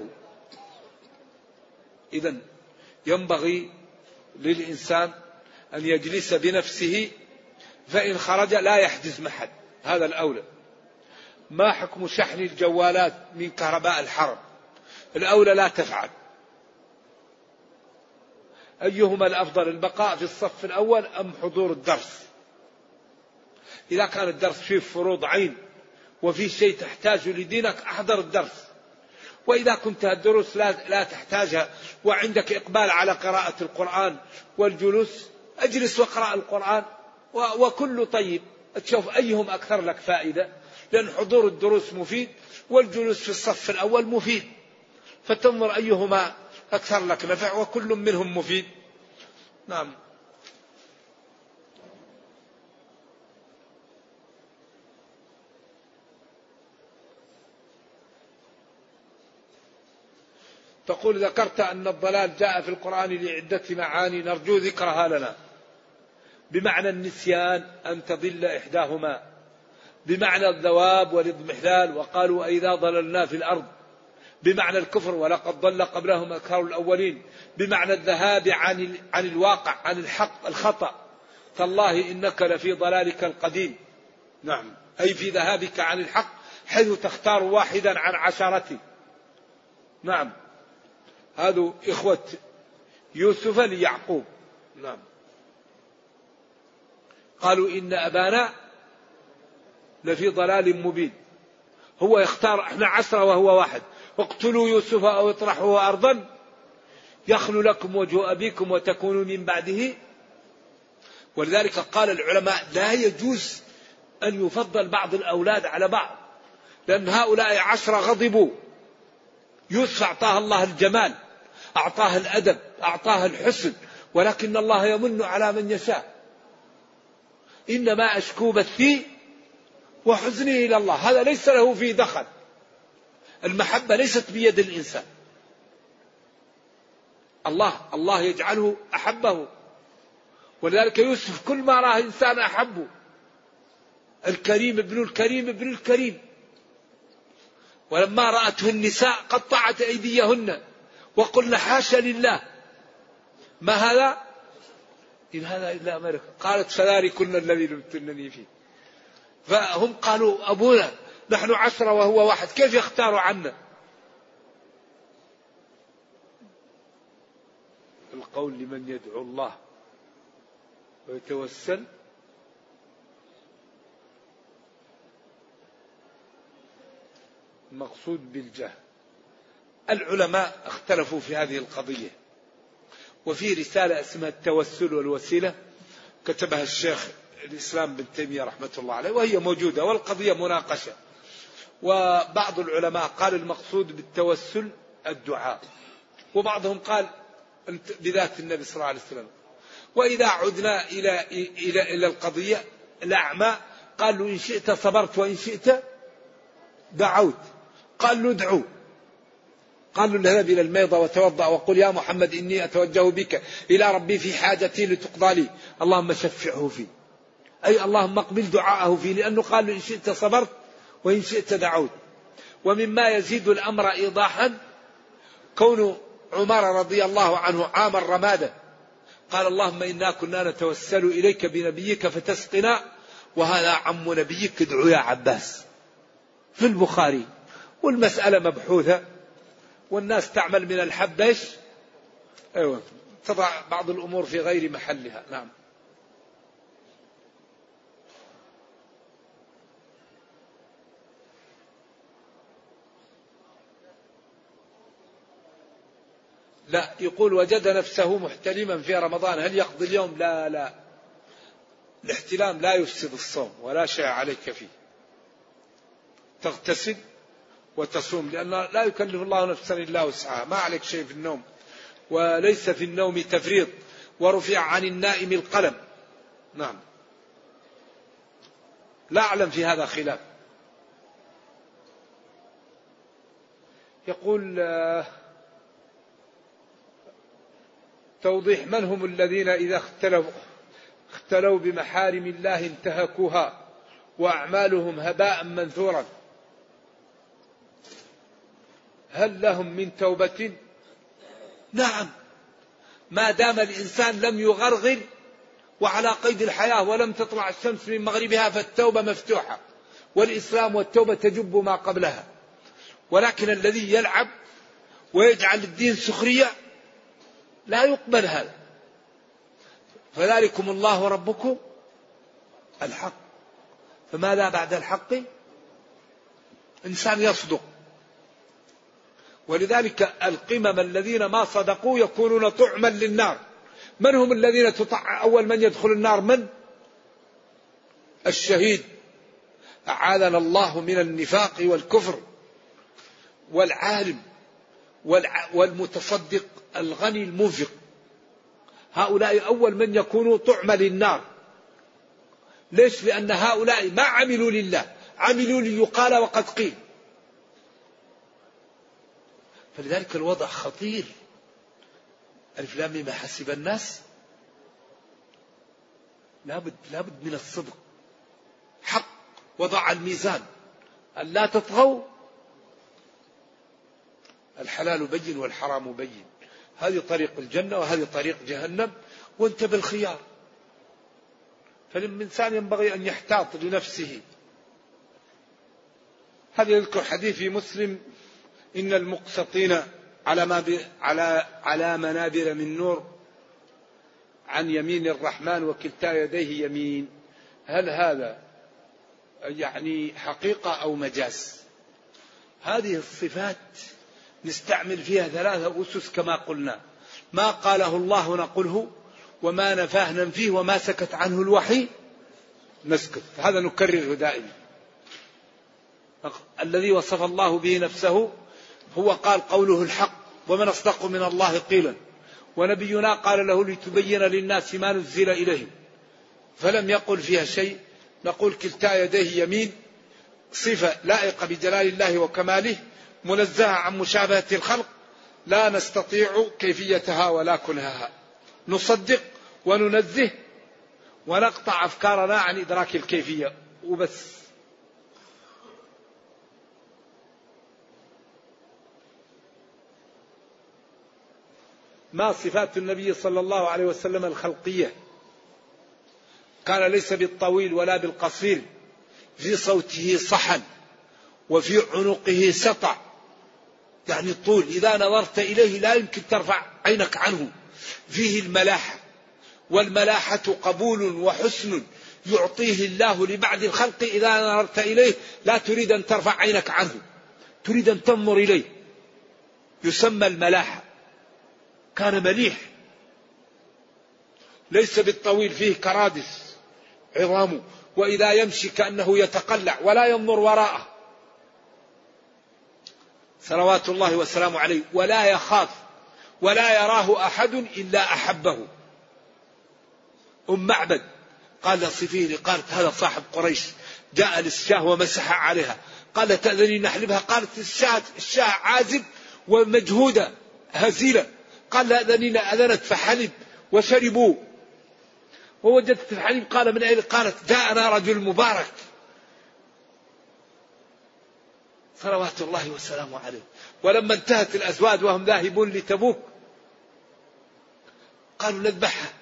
إذن ينبغي للإنسان أن يجلس بنفسه، فإن خرج لا يحجز محل، هذا الأولى. ما حكم شحن الجوالات من كهرباء الحرم؟ الأولى لا تفعل. أيهما الأفضل، البقاء في الصف الأول أم حضور الدرس؟ إذا كان الدرس فيه فروض عين وفي شيء تحتاجه لدينك أحضر الدرس، وإذا كنت الدروس لا تحتاجها وعندك إقبال على قراءة القرآن والجلوس أجلس واقرأ القرآن وكل طيب، تشوف أيهم أكثر لك فائدة، لأن حضور الدروس مفيد والجلوس في الصف الأول مفيد، فتنظر أيهما أكثر لك نفع وكل منهم مفيد. نعم. تقول ذكرت أن الضلال جاء في القرآن لعدة معاني نرجو ذكرها لنا. بمعنى النسيان أن تضل إحداهما، بمعنى الذواب والاضمحلال وقالوا أئذا ضللنا في الأرض، بمعنى الكفر ولقد ضل قبلهم أكثر الأولين، بمعنى الذهاب عن الواقع عن الحق الخطأ، تالله إنك لفي ضلالك القديم. نعم، أي في ذهابك عن الحق حيث تختار واحدا عن عشرته. نعم، هذا إخوة يوسف ليعقوب. نعم. قالوا إن أبانا لفي ضلال مبين، هو يختار احنا 10 وهو واحد، اقتلوا يوسف أو اطرحوه أرضا يخل لكم وجه أبيكم وتكونوا من بعده. ولذلك قال العلماء لا يجوز أن يفضل بعض الأولاد على بعض، لأن هؤلاء 10 غضبوا. يوسف أعطاه الله الجمال، أعطاه الأدب، أعطاه الحسن، ولكن الله يمن على من يشاء. إنما أشكو بثي وحزني إلى الله، هذا ليس له فيه دخل. المحبة ليست بيد الإنسان، الله يجعله أحبه. ولذلك يوسف كل ما راه إنسان أحبه. الكريم ابن الكريم ابن الكريم. ولما رأته النساء قطعت أيديهن وقلنا حاشا لله ما هذا إن هذا إلا أمرك، قالت فذلكن الذي لمتنني فيه. فهم قالوا أبونا نحن 10 وهو واحد، كيف يختار عنا؟ القول لمن يدعو الله ويتوسل مقصود بالجاه. العلماء اختلفوا في هذه القضية، وفي رسالة اسمها التوسل والوسيلة كتبها الشيخ الإسلام بن تيمية رحمة الله عليه، وهي موجودة والقضية مناقشة. وبعض العلماء قال المقصود بالتوسل الدعاء، وبعضهم قال بذات النبي صلى الله عليه وسلم. وإذا عدنا إلى القضية الأعمى قالوا إن شئت صبرت وإن شئت دعوت. قال له ادعو، قالوا اذهب إلى الميضة وتوضأ وقل يا محمد إني أتوجه بك إلى ربي في حاجتي لتقضى لي، اللهم شفعه فيه، أي اللهم اقبل دعاءه فيه، لأنه قال له إن شئت صبرت وإن شئت دعوت. ومما يزيد الأمر إيضاحا كون عمر رضي الله عنه عام الرمادة قال اللهم إنا كنا نتوسل إليك بنبيك فتسقنا، وهذا عم نبيك ادعو يا عباس، في البخاري. والمسألة مبحوثة والناس تعمل من الحبش، أيوة، تضع بعض الأمور في غير محلها. نعم. لا، يقول وجد نفسه محتلما في رمضان هل يقضي اليوم؟ لا، الاحتلام لا يفسد الصوم ولا شيء عليك فيه، تغتسل وتصوم، لأن لا يكلف الله نفسا إلا وسعها، ما عليك شيء في النوم، وليس في النوم تفريط، ورفع عن النائم القلم. نعم، لا أعلم في هذا خلاف. يقول توضيح من هم الذين إذا اختلوا بمحارم الله انتهكوها وأعمالهم هباء منثورا، هل لهم من توبة؟ نعم، ما دام الإنسان لم يغرغر وعلى قيد الحياة ولم تطلع الشمس من مغربها فالتوبة مفتوحة، والإسلام والتوبة تجب ما قبلها. ولكن الذي يلعب ويجعل الدين سخرية لا يقبل هذا. فذلكم الله ربكم الحق، فماذا بعد الحق؟ إنسان يصدق. ولذلك القمم الذين ما صدقوا يكونون طعما للنار. من هم الذين أول من يدخل النار؟ من؟ الشهيد، أعاذنا الله من النفاق والكفر، والعالم، والمتصدق الغني المنفق. هؤلاء أول من يكونوا طعما للنار. ليش؟ لأن هؤلاء ما عملوا لله، عملوا ليقال وقد قيل. فلذلك الوضع خطير. ألف لام ميم حسب الناس، لابد من الصدق. حق، وضع الميزان أن لا تطغوا. الحلال بين والحرام بين، هذه طريق الجنة وهذه طريق جهنم، وانت بالخيار. فالإنسان ينبغي أن يحتاط لنفسه. هذا يذكر حديث في مسلم: إن المقسطين على منابر من نور عن يمين الرحمن وكلتا يديه يمين. هل هذا يعني حقيقة أو مجاز؟ هذه الصفات نستعمل فيها 3 أسس كما قلنا: ما قاله الله نقله، وما نفاه ننفيه، وما سكت عنه الوحي نسكت. هذا نكرره دائما. الذي وصف الله به نفسه هو قال قوله الحق، ومن أصدق من الله قيلا. ونبينا قال له: لتبين للناس ما نزل إليهم، فلم يقل فيها شيء. نقول كلتا يديه يمين، صفة لائقة بجلال الله وكماله، منزهة عن مشابهة الخلق، لا نستطيع كيفيتها ولا كنهها. نصدق وننزه ونقطع أفكارنا عن إدراك الكيفية وبس. ما صفات النبي صلى الله عليه وسلم الخلقية؟ كان ليس بالطويل ولا بالقصير، في صوته صحن، وفي عنقه سطع، يعني طول، إذا نظرت إليه لا يمكن ترفع عينك عنه. فيه الملاحة، والملاحة قبول وحسن يعطيه الله لبعض الخلق، إذا نظرت إليه لا تريد أن ترفع عينك عنه، تريد أن تنظر إليه. يسمى الملاحة. كان مليح، ليس بالطويل، فيه كرادس عظامه، وإذا يمشي كأنه يتقلع ولا ينظر وراءه صلوات الله وسلامه عليه، ولا يخاف ولا يراه أحد إلا أحبه. معبد قال صفيه، قالت هذا صاحب قريش، جاء للشاه ومسح عليها، قال تأذني نحلبها، قالت الشاه عازب ومجهودة هزيلة، قال لا أذني، أذنت فحلب وشربوا، ووجدت الحليب، قال من أين؟ قالت جاءنا رجل مبارك صلوات الله وسلامه عليه. ولما انتهت الأزواج وهم ذاهبون لتبوك قالوا نذبحها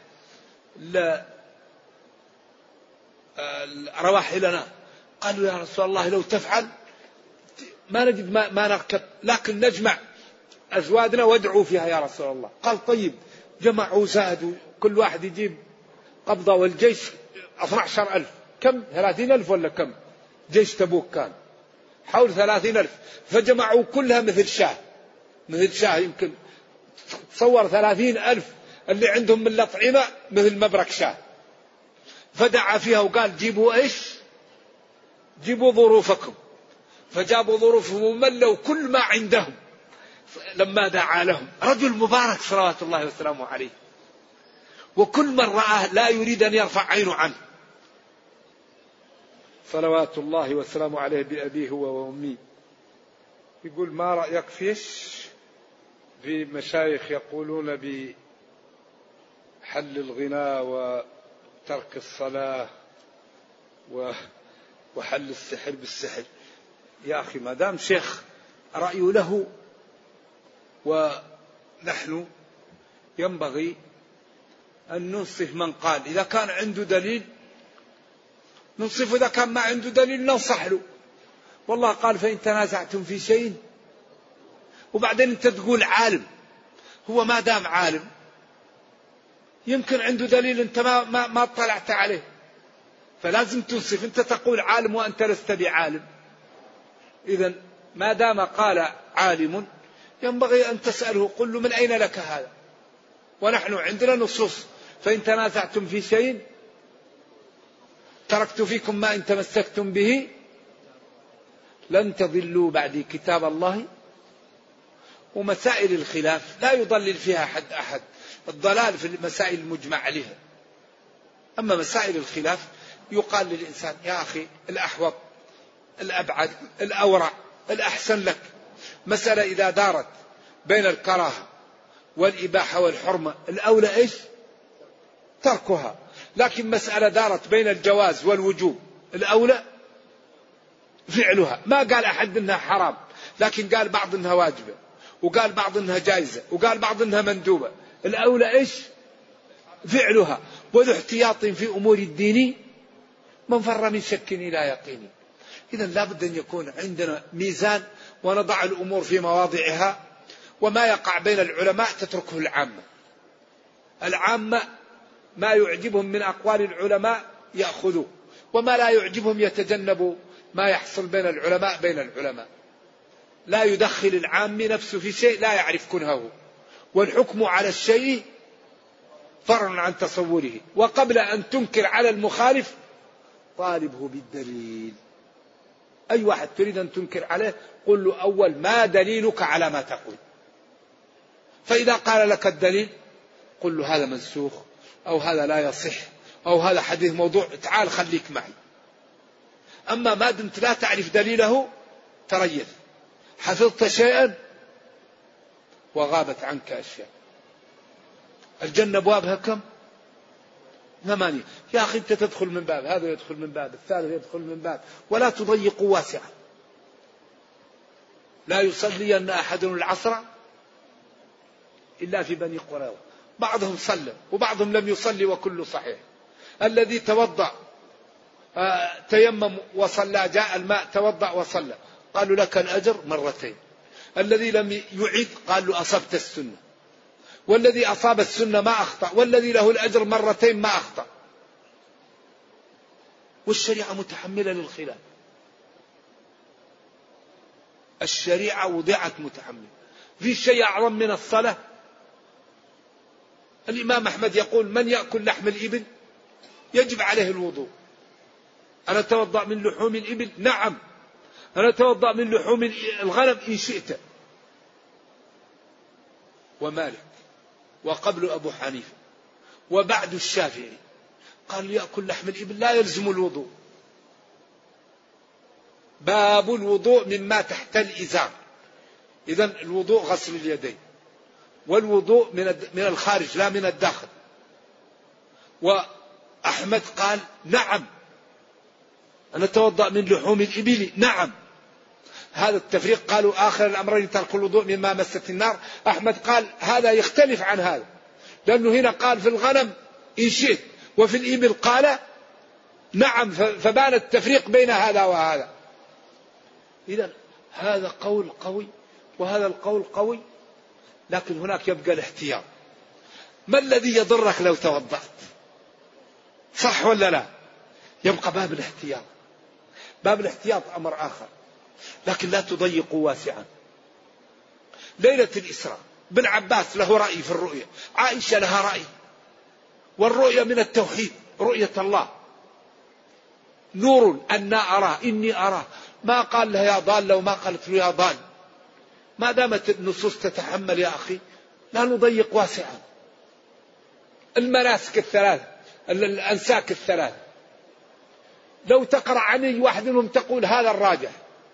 رواحلنا. قالوا يا رسول الله لو تفعل ما نجد ما نركب، لكن نجمع أزواجنا وادعوا فيها يا رسول الله. قال طيب. جمعوا زادوا، كل واحد يجيب قبضة، والجيش 12,000. كم؟ 30,000 ولا كم؟ جيش تبوك كان حول 30,000. فجمعوا كلها مثل شاه يمكن تصور 30,000 اللي عندهم من الأطعمة مثل مبرك شاه. فدعا فيها وقال جيبوا ايش؟ جيبوا ظروفكم. فجابوا ظروفهم وملوا كل ما عندهم. لما دعا لهم رجل مبارك صلوات الله وسلامه عليه، وكل من رآه لا يريد أن يرفع عينه عنه صلوات الله وسلامه عليه بأبيه وأمي. يقول ما رأيك فيش في مشايخ يقولون بحل الغناء وترك الصلاة وحل السحر بالسحر؟ يا أخي ما دام شيخ رأي له، ونحن ينبغي أن ننصف من قال. إذا كان عنده دليل ننصفه إذا كان ما عنده دليل ننصح له. والله قال فإن تنازعتم في شيء. وبعدين أنت تقول عالم، هو ما دام عالم يمكن عنده دليل أنت ما اطلعت عليه، فلازم تنصف. أنت تقول عالم وأنت لست بعالم. إذن ما دام قال عالم ينبغي أن تسأله، قل له من أين لك هذا؟ ونحن عندنا نصوص، فإن تنازعتم في شيء تركت فيكم ما إن تمسكتم به لن تضلوا بعد كتاب الله. ومسائل الخلاف لا يضلل فيها أحد، الضلال في المسائل المجمع عليها. أما مسائل الخلاف يقال للإنسان يا أخي الأحوط، الأبعد، الأورع، الأحسن لك. مسألة إذا دارت بين الكراهة والإباحة والحرمة الأولى إيش؟ تركها. لكن مسألة دارت بين الجواز والوجوب الأولى فعلها. ما قال أحد إنها حرام، لكن قال بعض إنها واجبة، وقال بعض إنها جائزة، وقال بعض إنها مندوبة. الأولى إيش؟ فعلها. وذو احتياط في أمور الدين من فر من شك إلى يقين. إذا لابد أن يكون عندنا ميزان ونضع الأمور في مواضعها، وما يقع بين العلماء تتركه العامة. العامة ما يعجبهم من أقوال العلماء يأخذوه، وما لا يعجبهم يتجنبوا ما يحصل بين العلماء. لا يدخل العام نفسه في شيء لا يعرف كنهه، والحكم على الشيء فرع عن تصوره. وقبل أن تنكر على المخالف طالبه بالدليل. أي واحد تريد أن تنكر عليه قل له أول ما دليلك على ما تقول. فإذا قال لك الدليل قل له هذا منسوخ، أو هذا لا يصح، أو هذا حديث موضوع، تعال خليك معي. أما ما دمت لا تعرف دليله تريث، حفظت شيئا وغابت عنك أشياء. الجنة أبوابها كم؟ 8. يا أخي أنت تدخل من باب، هذا يدخل من باب، الثالث يدخل من باب، ولا تضيقوا واسعا. لا يصلين أحد العصر إلا في بني قريظة. بعضهم صلى وبعضهم لم يصلي وكل صحيح. الذي توضأ تيمم وصلى، جاء الماء توضأ وصلى، قالوا لك الأجر 2 مرتين. الذي لم يعيد قال له أصبت السنة. والذي أصاب السنة ما أخطأ، والذي له الأجر 2 مرتين ما أخطأ. والشريعة متحملة للخلاف. الشريعة وضعت متحملة. في شيء أعظم من الصلاة؟ الإمام أحمد يقول من يأكل لحم الإبل يجب عليه الوضوء. أنا أتوضأ من لحوم الإبل؟ نعم. أنا أتوضأ من لحوم الغنم إن شئت. ومالك وقبل أبو حنيفة وبعد الشافعي قال يأكل لحم الإبل لا يلزم الوضوء. باب الوضوء مما تحت الإزار. إذن الوضوء غسل اليدين، والوضوء من الخارج لا من الداخل. وأحمد قال نعم أنا أتوضأ من لحوم الإبل، نعم. هذا التفريق قالوا آخر الأمرين ترك الوضوء مما مست النار. أحمد قال هذا يختلف عن هذا، لأنه هنا قال في الغنم إن شئت، وفي الإبل قال نعم، فبان التفريق بين هذا وهذا. إذن هذا قول قوي وهذا القول قوي، لكن هناك يبقى الاحتياط. ما الذي يضرك لو توضأت؟ صح ولا لا؟ يبقى باب الاحتياط. باب الاحتياط أمر آخر، لكن لا تضيقوا واسعا. ليلة الإسراء بن عباس له رأي في الرؤية، عائشة لها رأي، والرؤية من التوحيد، رؤية الله نور أنا أراه إني أراه. ما قال لها يا ضال وما قالت له يا ضال. ما دامت النصوص تتحمل يا أخي لا نضيق واسعا. المناسك الثلاث، الأنساك الثلاث، لو تقرأ عني واحد منهم تقول هذا الراجح.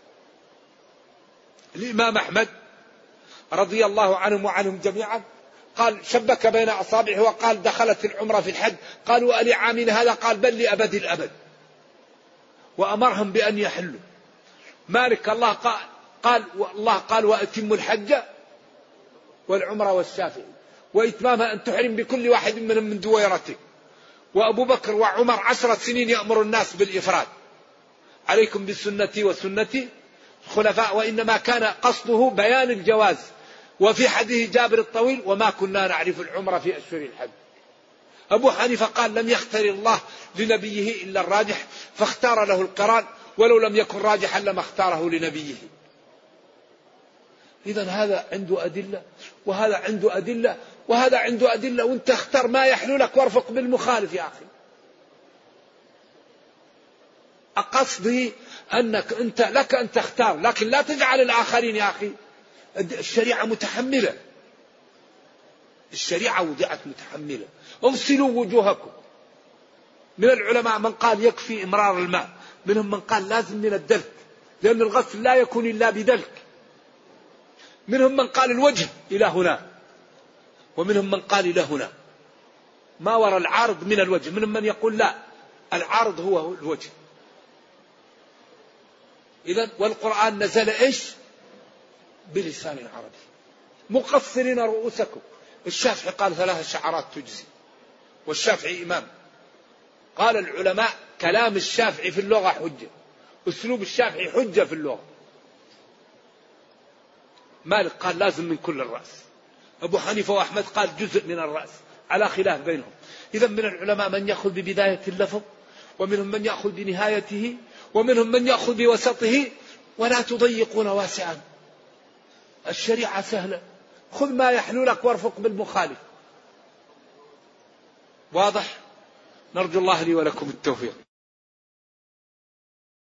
الإمام أحمد رضي الله عنهم وعنهم جميعا قال شبك بين أصابعه وقال دخلت العمرة في الحج. قالوا ألي عامين هذا؟ قال بل لأبد الأبد، وأمرهم بأن يحلوا. مالك الله قال وأتم الحج والعمرة والشافعي، وإتمامها أن تحرم بكل واحد منهم من دويرتك. وأبو بكر وعمر 10 سنين يأمر الناس بالإفراد، عليكم بسنتي وسنتي الخلفاء، وإنما كان قصده بيان الجواز. وفي حديث جابر الطويل: وما كنا نعرف العمرة في أشهر الحج. أبو حنيفة قال: لم يختار الله لنبيه إلا الراجح فاختار له القران، ولو لم يكن راجحا لما اختاره لنبيه. إذا هذا عنده أدلة وهذا عنده أدلة وهذا عنده أدلة، وانت اختار ما يحلو لك وارفق بالمخالف يا أخي. قصدي أنك أنت لك أن تختار، لكن لا تجعل الآخرين يا أخي. الشريعة متحملة، الشريعة وضعت متحملة. اغسلوا وجوهكم. من العلماء من قال يكفي إمرار الماء، منهم من قال لازم من الدلك، لأن الغسل لا يكون إلا بدلك. منهم من قال الوجه إلى هنا، ومنهم من قال إلى هنا، ما وراء العارض من الوجه. منهم من يقول لا، العارض هو الوجه. إذن والقرآن نزل إيش؟ بلسان عربي. مقصرين رؤوسكم. الشافعي قال 3 شعرات تجزي، والشافعي إمام. قال العلماء كلام الشافعي في اللغة حجة، أسلوب الشافعي حجة في اللغة. مالك قال لازم من كل الرأس، أبو حنيفة وأحمد قال جزء من الرأس، على خلاف بينهم. إذا من العلماء من يأخذ ببداية اللفظ، ومنهم من يأخذ بنهايته، ومنهم من يأخذ بوسطه. ولا تضيقون واسعا، الشريعة سهلة، خذ ما يحلو لك وارفق بالمخالف. واضح؟ نرجو الله لي ولكم التوفيق.